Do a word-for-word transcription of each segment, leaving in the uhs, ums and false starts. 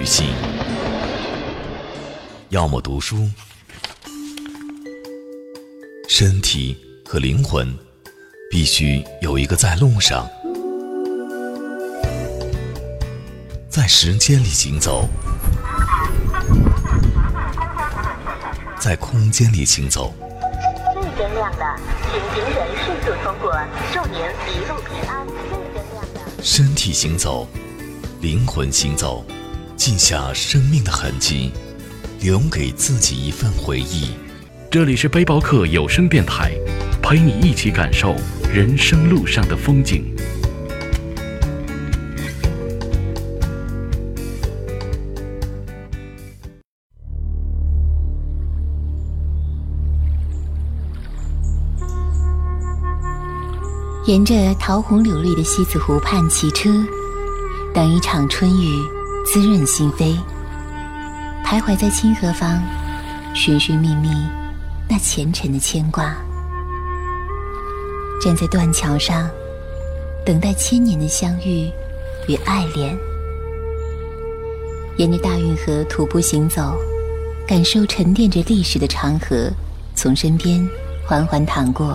旅行，要么读书。身体和灵魂必须有一个在路上，在时间里行走，在空间里行走。 绿灯亮的，请行人迅速通过，祝您一路平安。绿灯亮的， 身体行走，灵魂行走，记下生命的痕迹，留给自己一份回忆。 这里是背包客有声电台，陪你一起感受人生路上的风景。 沿着桃红柳绿的西子湖畔骑车，等一场春雨滋润心扉，徘徊在清河坊，寻寻觅觅那前尘的牵挂。站在断桥上，等待千年的相遇与爱恋。沿着大运河徒步行走，感受沉淀着历史的长河从身边缓缓淌过。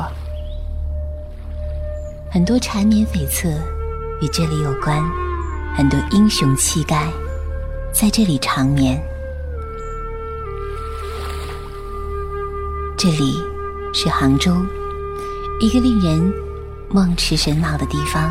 很多缠绵悱恻与这里有关，很多英雄气概在这里长眠。这里是杭州，一个令人梦驰神往的地方。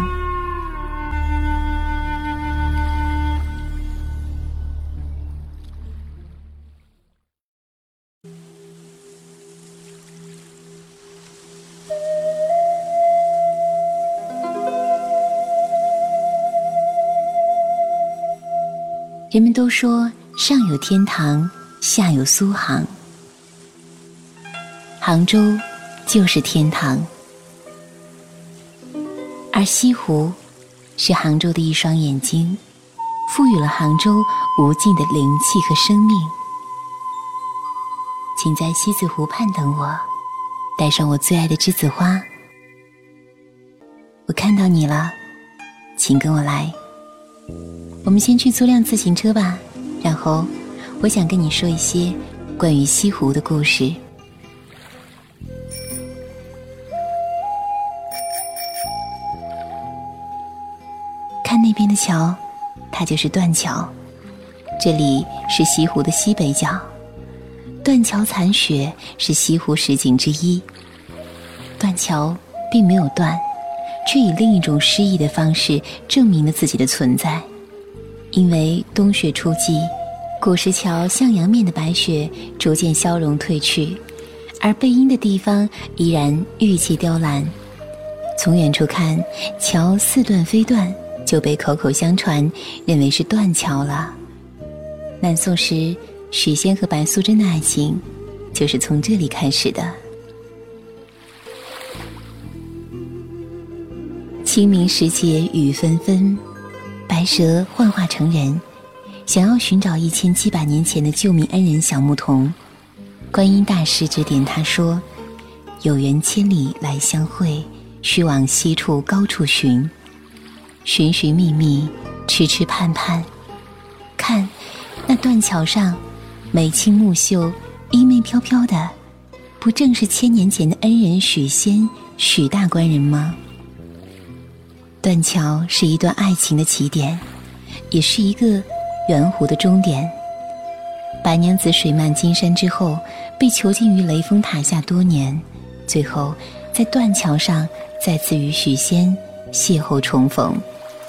人们都说上有天堂，下有苏杭。杭州就是天堂，而西湖是杭州的一双眼睛，赋予了杭州无尽的灵气和生命。请在西子湖畔等我，带上我最爱的栀子花。我看到你了，请跟我来。我们先去租辆自行车吧，然后我想跟你说一些关于西湖的故事。看那边的桥，它就是断桥，这里是西湖的西北角。断桥残雪是西湖十景之一。断桥并没有断，却以另一种诗意的方式证明了自己的存在。因为冬雪初霁，古石桥向阳面的白雪逐渐消融褪去，而背阴的地方依然玉砌雕栏。从远处看，桥似断非断，就被口口相传认为是断桥了。南宋时，许仙和白素贞的爱情就是从这里开始的。清明时节雨纷纷，白蛇幻化成人，想要寻找一千七百年前的救命恩人小牧童。观音大师指点他说：有缘千里来相会，须往西处高处寻。寻寻觅觅，痴痴盼盼，看那断桥上眉清目秀，衣袂飘飘的，不正是千年前的恩人许仙许大官人吗？断桥是一段爱情的起点，也是一个圆弧的终点。白娘子水漫金山之后，被囚禁于雷峰塔下多年，最后在断桥上再次与许仙邂逅重逢。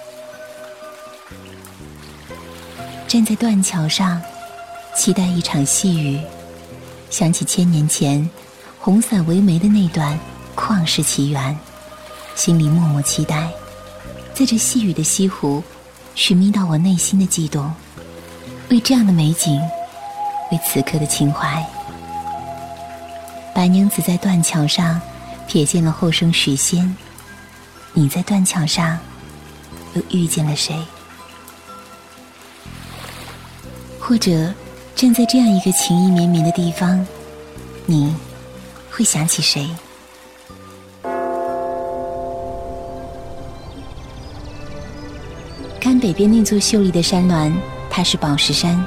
站在断桥上，期待一场细雨，想起千年前红伞为媒的那段旷世奇缘，心里默默期待在这细雨的西湖寻觅到我内心的悸动，为这样的美景，为此刻的情怀。白娘子在断桥上瞥见了后生许仙，你在断桥上又遇见了谁？或者站在这样一个情意绵绵的地方，你会想起谁？看北边那座秀丽的山峦， 它是宝石山。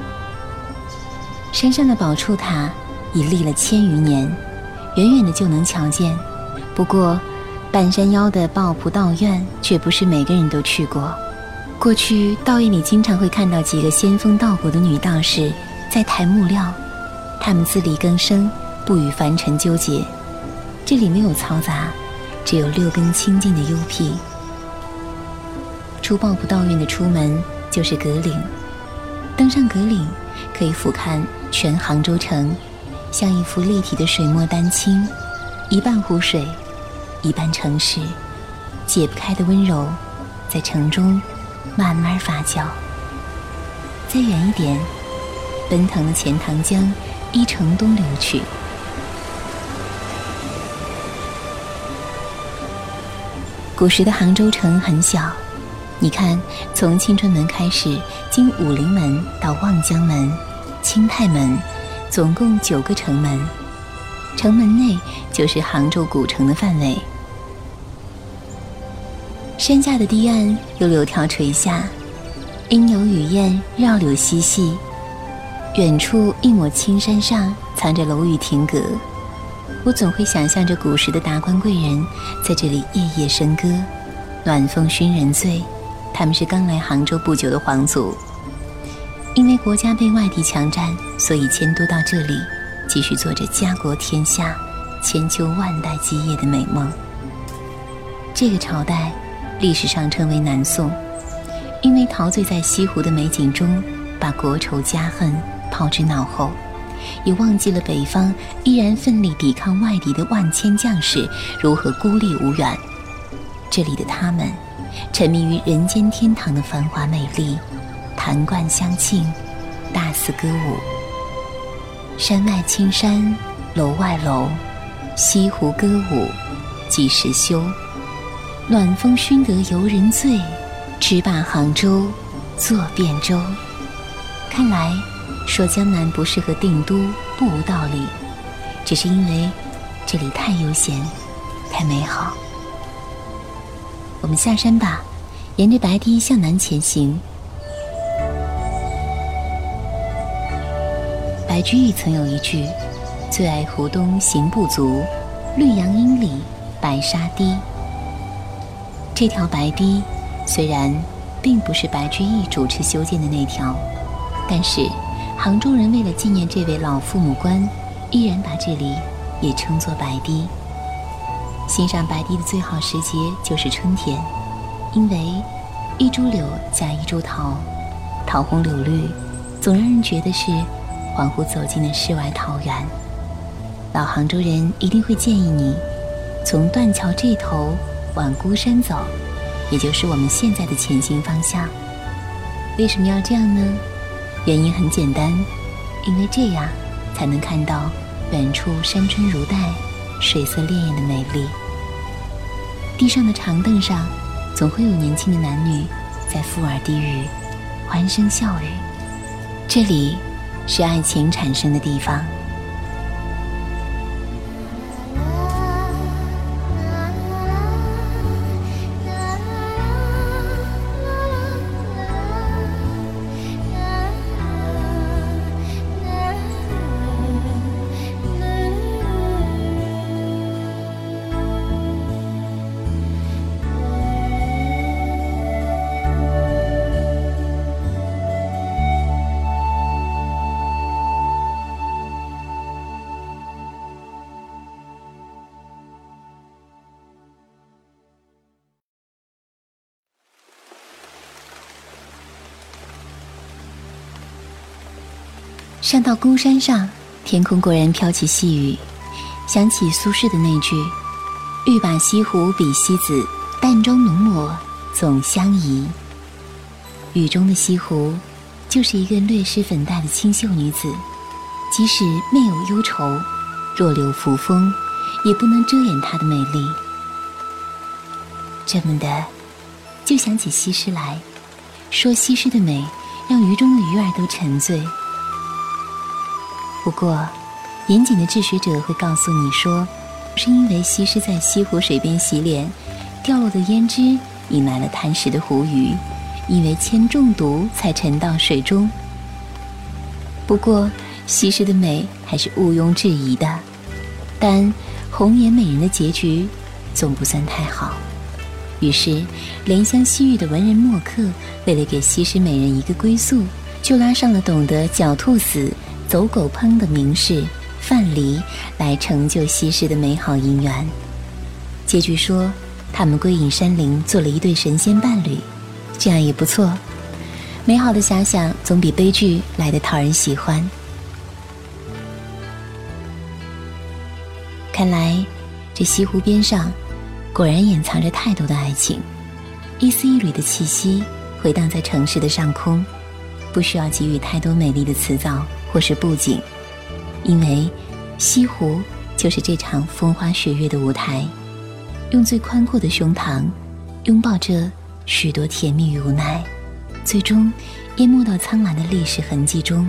山上的宝柱塔已立了千余年，远远的就能瞧见。不过半山腰的抱朴道院却不是每个人都去过。过去道院里经常会看到几个仙风道骨的女道士在抬木料，她们自力更生，不与凡尘纠结。这里没有嘈杂，只有六根清净的幽僻。出抱朴道院的出门就是阁岭，登上阁岭可以俯瞰全杭州城，像一幅立体的水墨丹青，一半湖水，一半城市，解不开的温柔在城中慢慢发酵。再远一点，奔腾的钱塘江依城东流去。古时的杭州城很小，你看，从青春门开始，经武陵门到望江门、清泰门，总共九个城门。城门内就是杭州古城的范围。山下的堤岸有柳条垂下，莺鸟语燕绕柳嬉戏。远处一抹青山上藏着楼宇亭阁，我总会想象着古时的达官贵人在这里夜夜笙歌，暖风熏人醉。他们是刚来杭州不久的皇族，因为国家被外敌强占，所以迁都到这里，继续做着家国天下、千秋万代基业的美梦。这个朝代历史上称为南宋，因为陶醉在西湖的美景中，把国仇家恨抛之脑后，也忘记了北方依然奋力抵抗外敌的万千将士如何孤立无援。这里的他们沉迷于人间天堂的繁华美丽，弹冠相庆，大肆歌舞。山外青山，楼外楼，西湖歌舞几时休？暖风熏得游人醉，只把杭州作汴州。看来说江南不适合定都不无道理，只是因为这里太悠闲，太美好。我们下山吧，沿着白堤向南前行。白居易曾有一句：最爱湖东行不足，绿杨阴里白沙堤。这条白堤虽然并不是白居易主持修建的那条，但是杭州人为了纪念这位老父母官，依然把这里也称作白堤。欣赏白堤的最好时节就是春天，因为一株柳加一株桃，桃红柳绿，总让人觉得是恍惚走进了世外桃源。老杭州人一定会建议你从断桥这头往孤山走，也就是我们现在的前行方向。为什么要这样呢？原因很简单，因为这样才能看到远处山春如黛、水色潋滟的美丽。地上的长凳上总会有年轻的男女在附耳低语，欢声笑语。这里是爱情产生的地方。上到孤山上，天空果然飘起细雨，想起苏轼的那句：欲把西湖比西子，淡妆浓抹总相宜。雨中的西湖就是一个略施粉黛的清秀女子，即使没有忧愁，若柳扶风，也不能遮掩她的美丽。这么的就想起西施来，说西施的美让鱼中的鱼儿都沉醉。不过严谨的治学者会告诉你说，是因为西施在西湖水边洗脸，掉落的胭脂引来了贪食的湖鱼， 因为铅中毒才沉到水中。不过西施的美还是毋庸置疑的，但红颜美人的结局总不算太好。于是怜香惜玉的文人墨客为了给西施美人一个归宿，就拉上了懂得狡兔死走狗烹的名士范蠡来成就西施的美好姻缘。结局说他们归隐山林，做了一对神仙伴侣，这样也不错。美好的遐想总比悲剧来得讨人喜欢。看来这西湖边上果然掩藏着太多的爱情，一丝一缕的气息回荡在城市的上空，不需要给予太多美丽的辞藻或是布景，因为西湖就是这场风花雪月的舞台，用最宽阔的胸膛拥抱着许多甜蜜与无奈，最终淹没到苍蓝的历史痕迹中。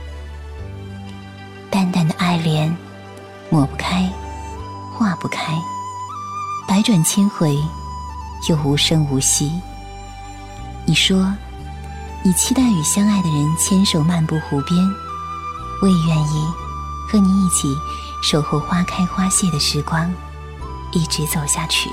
淡淡的爱恋抹不开化不开，百转千回又无声无息。你说你期待与相爱的人牵手漫步湖边，我也愿意和你一起守候花开花谢的时光，一直走下去。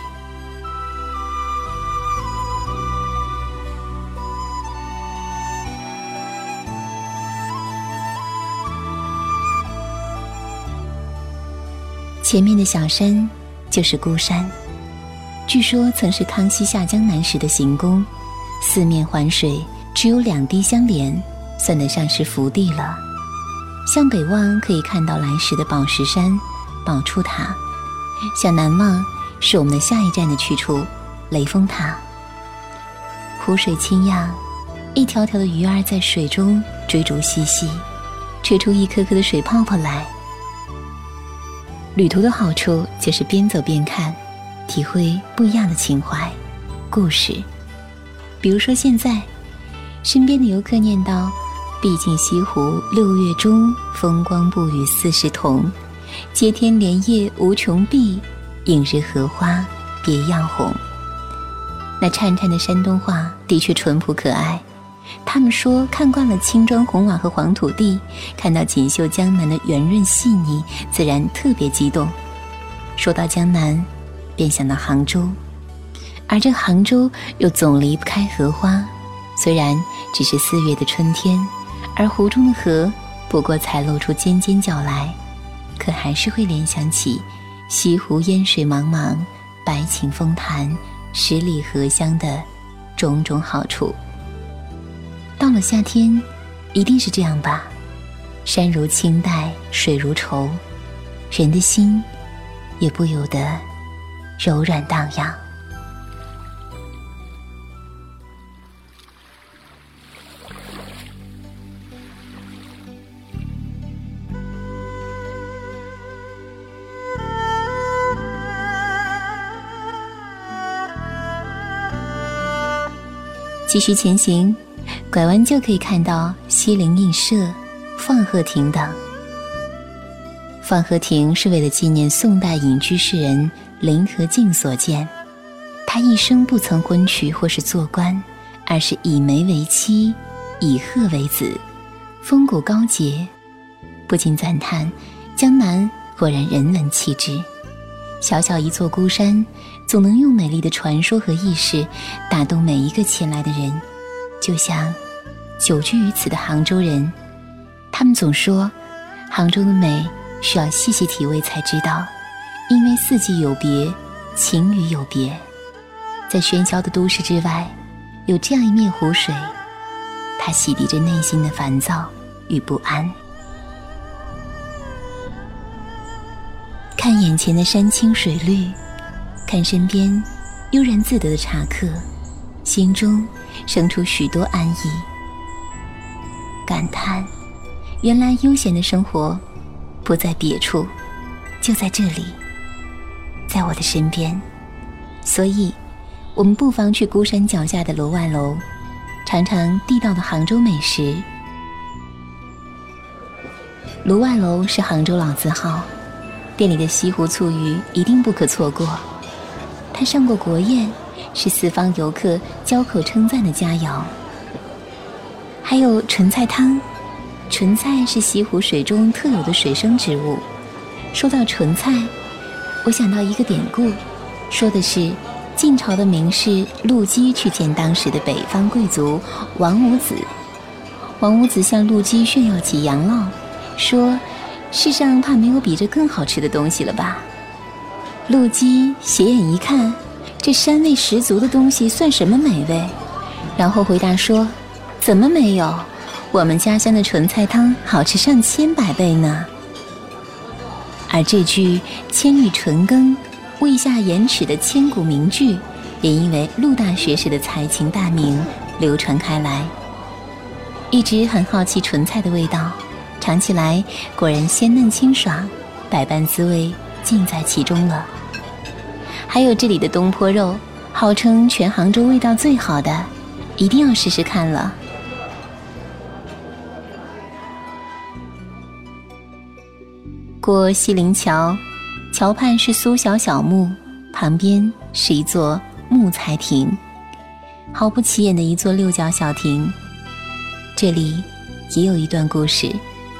前面的小山就是孤山，据说曾是康熙下江南时的行宫，四面环水，只有两堤相连，算得上是福地了。向北望可以看到来时的宝石山、宝柱塔，向南望是我们的下一站的去处雷峰塔。湖水清漾，一条条的鱼儿在水中追逐嬉戏，吹出一颗颗的水泡泡来。旅途的好处就是边走边看，体会不一样的情怀故事。比如说现在身边的游客念叨，毕竟西湖六月中，风光不与四时同，接天莲叶无穷碧，映日荷花别样红。那颤颤的山东话的确淳朴可爱，他们说看惯了青砖红瓦和黄土地，看到锦绣江南的圆润细腻，自然特别激动。说到江南便想到杭州，而这杭州又总离不开荷花。虽然只是四月的春天，而湖中的河不过才露出尖尖角来，可还是会联想起西湖烟水茫茫，白顷风潭，十里荷香的种种好处。到了夏天一定是这样吧，山如青黛，水如绸，人的心也不由得柔软荡漾。继续前行，拐弯就可以看到西泠印社、放鹤亭等。放鹤亭是为了纪念宋代隐居诗人林和靖所建，他一生不曾婚娶或是做官，而是以梅为妻，以鹤为子，风骨高洁，不禁赞叹江南果然人文气质。小小一座孤山，总能用美丽的传说和轶事打动每一个前来的人，就像久居于此的杭州人，他们总说杭州的美需要细细体味才知道，因为四季有别，晴雨有别。在喧嚣的都市之外，有这样一面湖水，它洗涤着内心的烦躁与不安。看眼前的山青水绿，看身边悠然自得的茶客，心中生出许多安逸，感叹原来悠闲的生活不在别处，就在这里，在我的身边。所以我们不妨去孤山脚下的楼外楼，尝尝地道的杭州美食。楼外楼是杭州老字号，店里的西湖醋鱼一定不可错过。它上过国宴， 是四方游客交口称赞的佳肴。还有莼菜汤，莼菜是西湖水中特有的水生植物。说到莼菜，我想到一个典故，说的是晋朝的名士陆机去见当时的北方贵族王五子。王五子向陆机炫耀起羊酪，说世上怕没有比这更好吃的东西了吧。陆机斜眼一看，这膻味十足的东西算什么美味，然后回答说，怎么没有，我们家乡的莼菜汤好吃上千百倍呢。而这句千里纯耕未下盐池的千古名句，也因为陆大学士的才情大名流传开来。一直很好奇莼菜的味道，尝起来果然鲜嫩清爽，百般滋味尽在其中了。还有这里的东坡肉，号称全杭州味道最好的，一定要试试看了。过西泠桥，桥畔是苏小小墓，旁边是一座木材亭，毫不起眼的一座六角小亭。这里也有一段故事，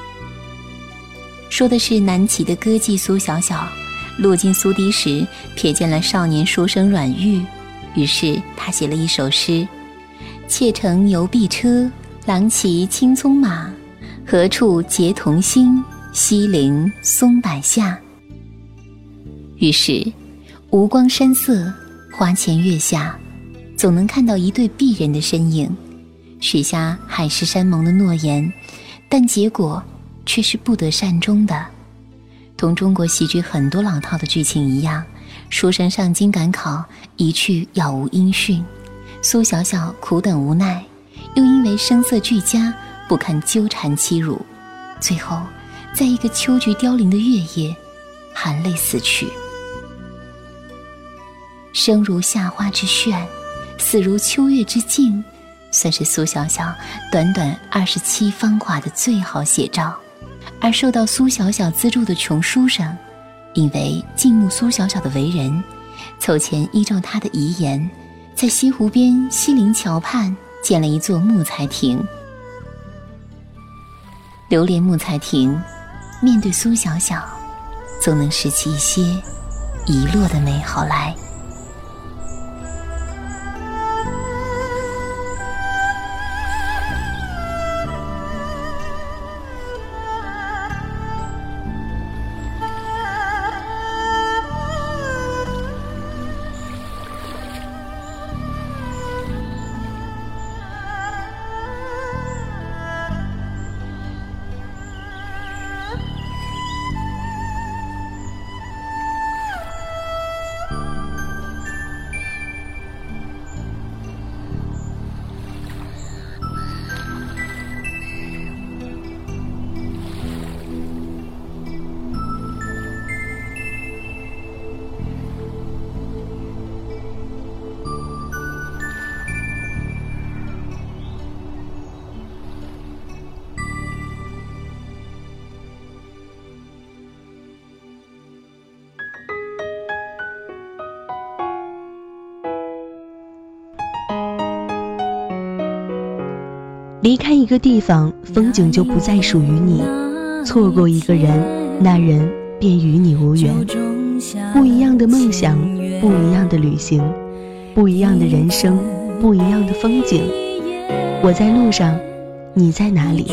说的是南齐的歌妓苏小小路经苏堤时，瞥见了少年书生阮玉，于是他写了一首诗：妾乘牛壁车，郎骑青骢马，何处结同心，西陵松柏下。于是无光山色，花前月下，总能看到一对璧人的身影，许下海誓山盟的诺言，但结果却是不得善终的。同中国戏剧很多老套的剧情一样，书生上京赶考，一去杳无音讯，苏小小苦等无奈，又因为声色俱佳，不堪纠缠欺辱，最后在一个秋菊凋零的月夜，含泪死去。生如夏花之绚，死如秋月之静，算是苏小小短短二十七芳华的最好写照。而受到苏小小资助的穷书生，因为敬慕苏小小的为人，凑钱依照他的遗言，在西湖边西泠桥畔建了一座木材亭。流连木材亭，面对苏小小，总能拾起一些遗落的美好来。 离开一个地方，风景就不再属于你；错过一个人，那人便与你无缘。不一样的梦想，不一样的旅行，不一样的人生，不一样的风景。我在路上，你在哪里？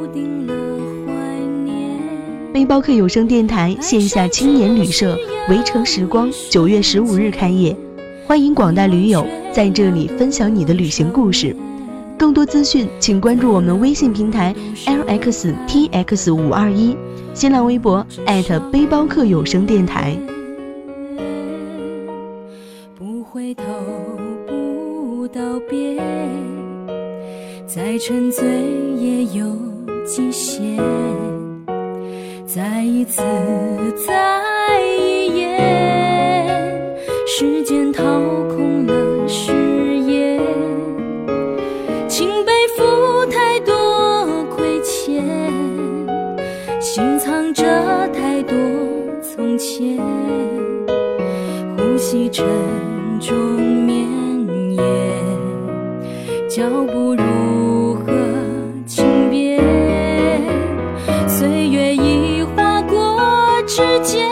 背包客有声电台线下青年旅社围城时光九月十五日开业，欢迎广大驴友在这里分享你的旅行故事。更多资讯请关注我们微信平台 L X T X 五二一， 新浪微博艾特背包客有声电台。 不回头，不道别，再沉醉也有极限，再一次，再一眼，时间掏空了誓言，请背负太多亏欠，心藏着太多从前，呼吸沉中绵延，脚步如何轻便，岁月已划过指尖，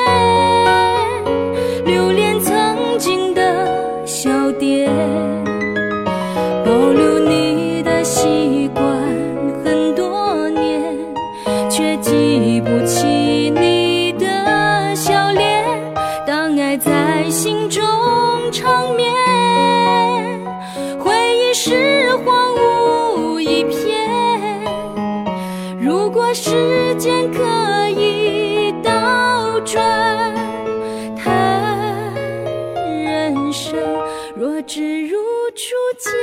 留恋曾经的小店，保留你的习惯很多年，却记不起你的笑脸。当爱在心中长眠，回忆是荒芜一片。如果时间可以倒转，谈人生若只如初见。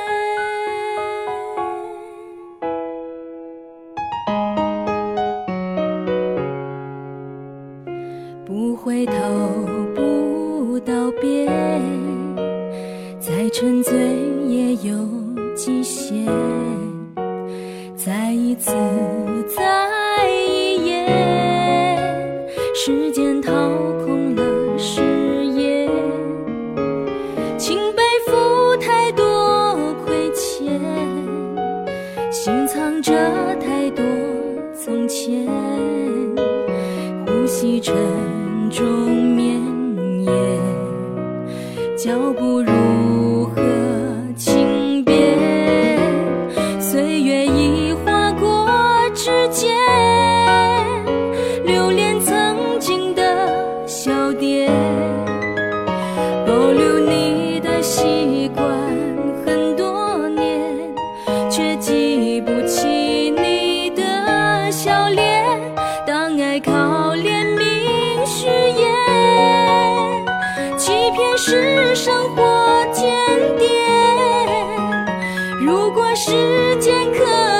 不回头，不道别，再沉醉也有极限，再一次，再一眼，时间掏空了誓言，请背负太多亏欠，心藏着太多从前，呼吸沉重绵延，脚步如何轻便，岁月已划过指尖，留恋曾经的小店，保留你的习惯很多年，却记不起你的笑脸。当爱靠怜悯虚言，欺骗是生活检点。如果时间可